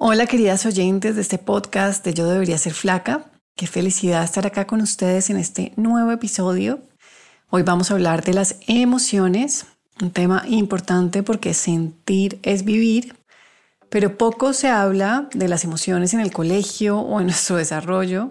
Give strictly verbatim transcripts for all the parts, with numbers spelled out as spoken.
Hola queridas oyentes de este podcast de Yo Debería Ser Flaca. Qué felicidad estar acá con ustedes en este nuevo episodio. Hoy vamos a hablar de las emociones, un tema importante porque sentir es vivir, pero poco se habla de las emociones en el colegio o en nuestro desarrollo.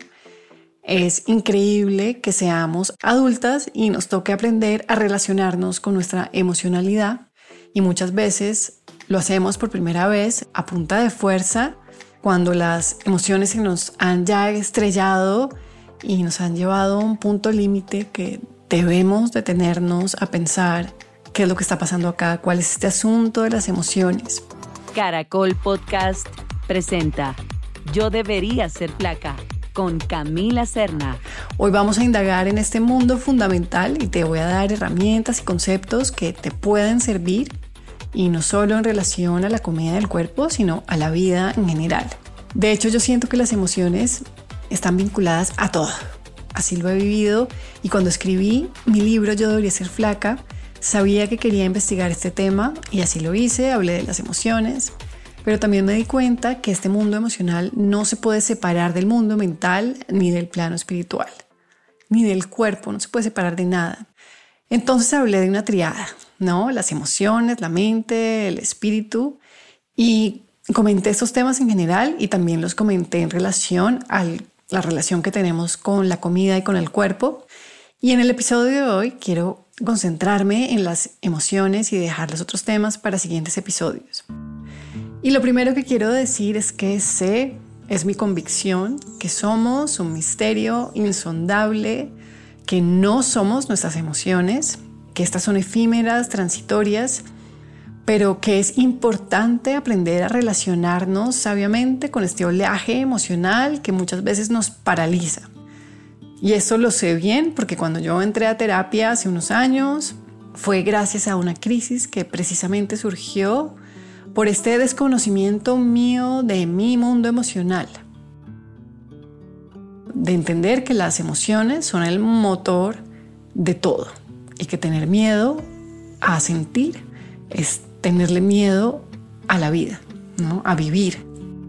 Es increíble que seamos adultas y nos toque aprender a relacionarnos con nuestra emocionalidad y muchas veces lo hacemos por primera vez a punta de fuerza cuando las emociones se nos han ya estrellado y nos han llevado a un punto límite que debemos detenernos a pensar qué es lo que está pasando acá, cuál es este asunto de las emociones. Caracol Podcast presenta Yo Debería Ser Flaca con Camila Serna. Hoy vamos a indagar en este mundo fundamental y te voy a dar herramientas y conceptos que te pueden servir, y no solo en relación a la comida del cuerpo, sino a la vida en general. De hecho, yo siento que las emociones están vinculadas a todo. Así lo he vivido, y cuando escribí mi libro Yo Debería Ser Flaca, sabía que quería investigar este tema y así lo hice, hablé de las emociones, pero también me di cuenta que este mundo emocional no se puede separar del mundo mental ni del plano espiritual, ni del cuerpo, no se puede separar de nada. Entonces hablé de una triada, ¿no? Las emociones, la mente, el espíritu, y comenté estos temas en general y también los comenté en relación a la relación que tenemos con la comida y con el cuerpo. Y en el episodio de hoy quiero concentrarme en las emociones y dejar los otros temas para siguientes episodios. Y lo primero que quiero decir es que sé, es mi convicción, que somos un misterio insondable, que no somos nuestras emociones, que estas son efímeras, transitorias, pero que es importante aprender a relacionarnos sabiamente con este oleaje emocional que muchas veces nos paraliza. Y esto lo sé bien porque cuando yo entré a terapia hace unos años, fue gracias a una crisis que precisamente surgió por este desconocimiento mío de mi mundo emocional. De entender que las emociones son el motor de todo y que tener miedo a sentir es tenerle miedo a la vida, ¿no? A vivir.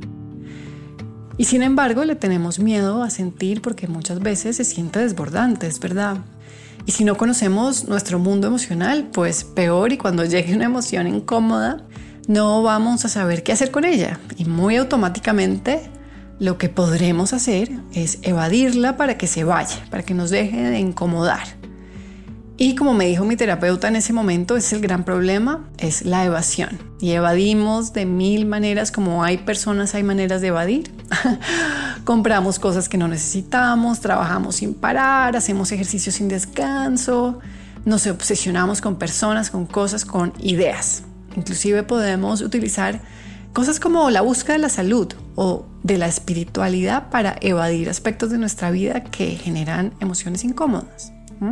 Y sin embargo le tenemos miedo a sentir porque muchas veces se siente desbordante, es verdad. Y si no conocemos nuestro mundo emocional, pues peor, y cuando llegue una emoción incómoda, no vamos a saber qué hacer con ella. Y muy automáticamente lo que podremos hacer es evadirla para que se vaya, para que nos deje de incomodar. Y como me dijo mi terapeuta en ese momento, es el gran problema, es la evasión. Y evadimos de mil maneras, como hay personas, hay maneras de evadir. Compramos cosas que no necesitamos, trabajamos sin parar, hacemos ejercicio sin descanso, nos obsesionamos con personas, con cosas, con ideas. Inclusive podemos utilizar cosas como la búsqueda de la salud o de la espiritualidad para evadir aspectos de nuestra vida que generan emociones incómodas. ¿Mm?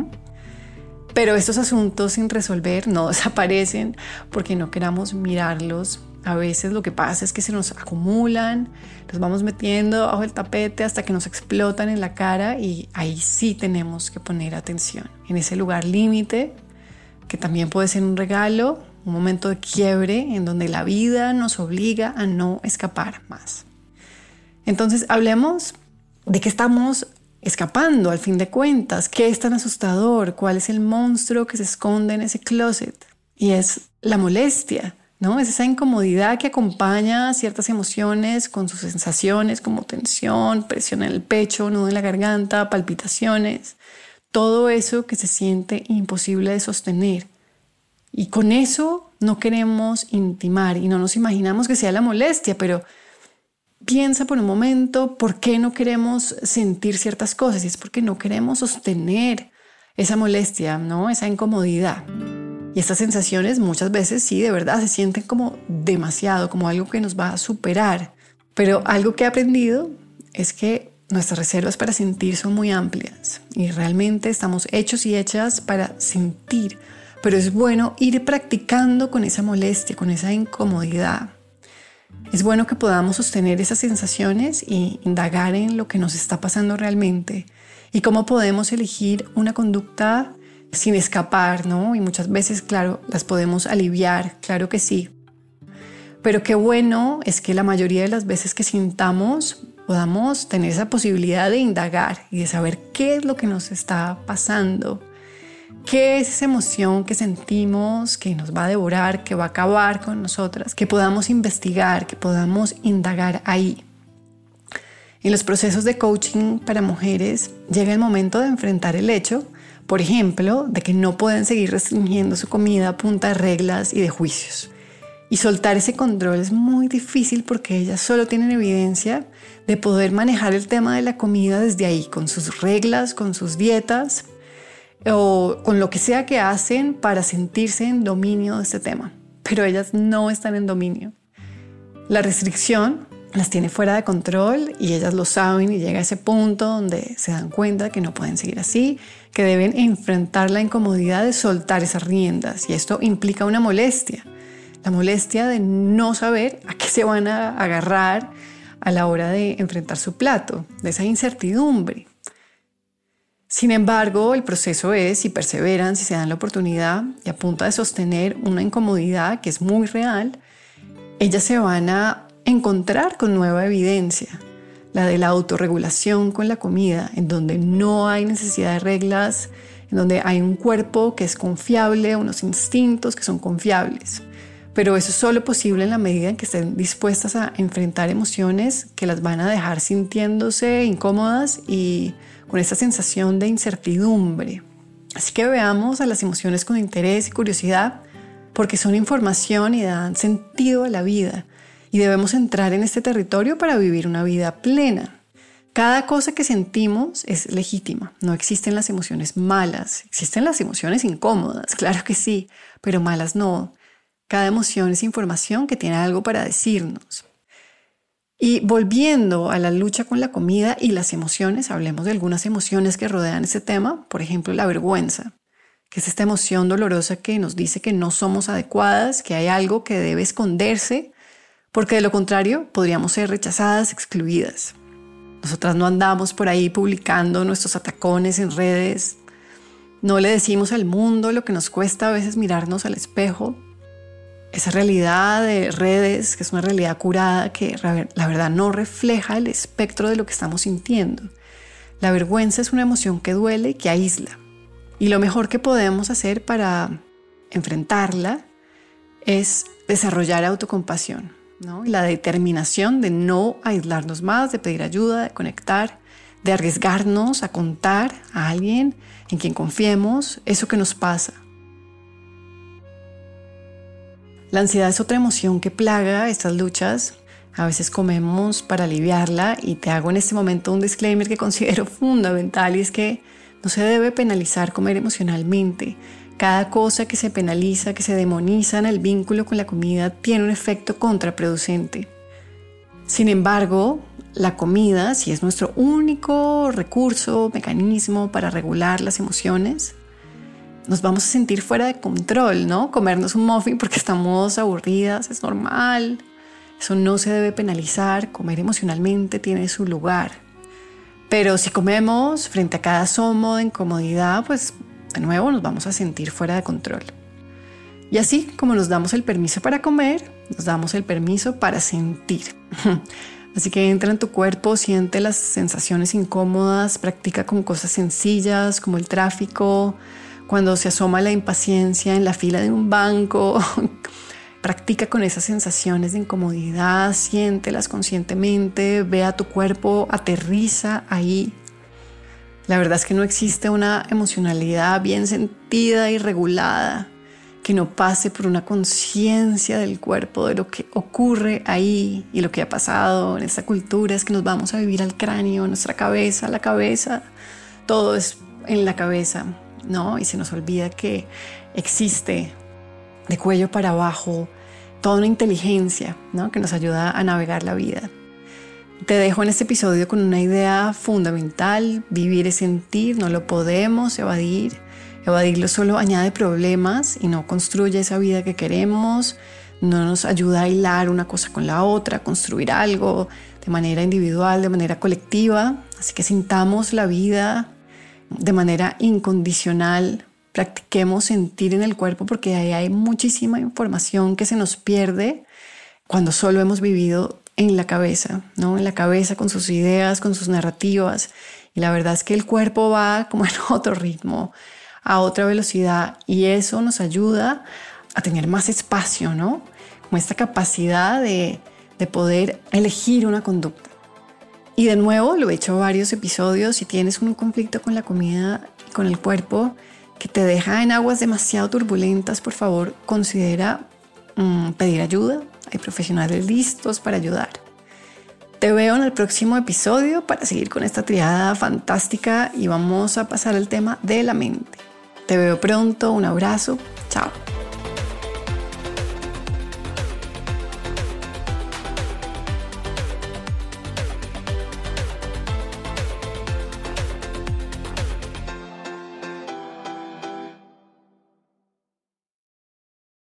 Pero estos asuntos sin resolver no desaparecen porque no queramos mirarlos. A veces lo que pasa es que se nos acumulan, los vamos metiendo bajo el tapete hasta que nos explotan en la cara, y ahí sí tenemos que poner atención. En ese lugar límite, que también puede ser un regalo, un momento de quiebre en donde la vida nos obliga a no escapar más. Entonces hablemos de qué estamos escapando al fin de cuentas, qué es tan asustador, cuál es el monstruo que se esconde en ese closet. Y es la molestia, ¿no? Es esa incomodidad que acompaña ciertas emociones con sus sensaciones como tensión, presión en el pecho, nudo en la garganta, palpitaciones. Todo eso que se siente imposible de sostener. Y con eso no queremos intimar y no nos imaginamos que sea la molestia, pero piensa por un momento por qué no queremos sentir ciertas cosas, y es porque no queremos sostener esa molestia, ¿no? Esa incomodidad. Y estas sensaciones muchas veces sí, de verdad, se sienten como demasiado, como algo que nos va a superar. Pero algo que he aprendido es que nuestras reservas para sentir son muy amplias y realmente estamos hechos y hechas para sentir. Pero es bueno ir practicando con esa molestia, con esa incomodidad. Es bueno que podamos sostener esas sensaciones y indagar en lo que nos está pasando realmente y cómo podemos elegir una conducta sin escapar, ¿no? Y muchas veces, claro, las podemos aliviar, claro que sí. Pero qué bueno es que la mayoría de las veces que sintamos podamos tener esa posibilidad de indagar y de saber qué es lo que nos está pasando, qué es esa emoción que sentimos que nos va a devorar, que va a acabar con nosotras, que podamos investigar, que podamos indagar ahí. En los procesos de coaching para mujeres llega el momento de enfrentar el hecho, por ejemplo, de que no pueden seguir restringiendo su comida a punta de reglas y de juicios. Y soltar ese control es muy difícil porque ellas solo tienen evidencia de poder manejar el tema de la comida desde ahí, con sus reglas, con sus dietas o con lo que sea que hacen para sentirse en dominio de este tema. Pero ellas no están en dominio. La restricción las tiene fuera de control y ellas lo saben, y llega a ese punto donde se dan cuenta que no pueden seguir así, que deben enfrentar la incomodidad de soltar esas riendas, y esto implica una molestia. La molestia de no saber a qué se van a agarrar a la hora de enfrentar su plato, de esa incertidumbre. Sin embargo, el proceso es, si perseveran, si se dan la oportunidad y a punta de sostener una incomodidad que es muy real, ellas se van a encontrar con nueva evidencia, la de la autorregulación con la comida, en donde no hay necesidad de reglas, en donde hay un cuerpo que es confiable, unos instintos que son confiables. Pero eso es solo posible en la medida en que estén dispuestas a enfrentar emociones que las van a dejar sintiéndose incómodas y con esta sensación de incertidumbre. Así que veamos a las emociones con interés y curiosidad, porque son información y dan sentido a la vida. Y debemos entrar en este territorio para vivir una vida plena. Cada cosa que sentimos es legítima. No existen las emociones malas. Existen las emociones incómodas, claro que sí, pero malas no. Cada emoción es información que tiene algo para decirnos. Y volviendo a la lucha con la comida y las emociones, hablemos de algunas emociones que rodean ese tema. Por ejemplo, la vergüenza, que es esta emoción dolorosa que nos dice que no somos adecuadas, que hay algo que debe esconderse, porque de lo contrario podríamos ser rechazadas, excluidas. Nosotras no andamos por ahí publicando nuestros atacones en redes, no le decimos al mundo lo que nos cuesta a veces mirarnos al espejo. Esa realidad de redes, que es una realidad curada, que la verdad no refleja el espectro de lo que estamos sintiendo. La vergüenza es una emoción que duele y que aísla. Y lo mejor que podemos hacer para enfrentarla es desarrollar autocompasión, ¿no? Y la determinación de no aislarnos más, de pedir ayuda, de conectar, de arriesgarnos a contar a alguien en quien confiemos eso que nos pasa. La ansiedad es otra emoción que plaga estas luchas. A veces comemos para aliviarla, y te hago en este momento un disclaimer que considero fundamental, y es que no se debe penalizar comer emocionalmente. Cada cosa que se penaliza, que se demoniza en el vínculo con la comida, tiene un efecto contraproducente. Sin embargo, la comida, si es nuestro único recurso, mecanismo para regular las emociones, nos vamos a sentir fuera de control, ¿no? Comernos un muffin porque estamos aburridas es normal. Eso no se debe penalizar. Comer emocionalmente tiene su lugar. Pero si comemos frente a cada asomo de incomodidad, pues de nuevo nos vamos a sentir fuera de control. Y así como nos damos el permiso para comer, nos damos el permiso para sentir. Así que entra en tu cuerpo, siente las sensaciones incómodas, practica con cosas sencillas como el tráfico, cuando se asoma la impaciencia en la fila de un banco. Practica con esas sensaciones de incomodidad, siéntelas conscientemente, ve a tu cuerpo, aterriza ahí. La verdad es que no existe una emocionalidad bien sentida y regulada que no pase por una conciencia del cuerpo, de lo que ocurre ahí y lo que ha pasado en esta cultura. Es que nos vamos a vivir al cráneo, a nuestra cabeza, a la cabeza. Todo es en la cabeza, ¿no? Y se nos olvida que existe de cuello para abajo toda una inteligencia, ¿no? Que nos ayuda a navegar la vida. Te dejo en este episodio con una idea fundamental: vivir es sentir, no lo podemos evadir. Evadirlo solo añade problemas y no construye esa vida que queremos, no nos ayuda a hilar una cosa con la otra, a construir algo de manera individual, de manera colectiva. Así que sintamos la vida de manera incondicional, practiquemos sentir en el cuerpo, porque ahí hay muchísima información que se nos pierde cuando solo hemos vivido en la cabeza, ¿no? En la cabeza con sus ideas, con sus narrativas. Y la verdad es que el cuerpo va como en otro ritmo, a otra velocidad, y eso nos ayuda a tener más espacio, ¿no? Como esta capacidad de, de poder elegir una conducta. Y de nuevo, lo he hecho varios episodios, si tienes un conflicto con la comida y con el cuerpo que te deja en aguas demasiado turbulentas, por favor, considera mmm, pedir ayuda. Hay profesionales listos para ayudar. Te veo en el próximo episodio para seguir con esta triada fantástica y vamos a pasar al tema de la mente. Te veo pronto, un abrazo, chao.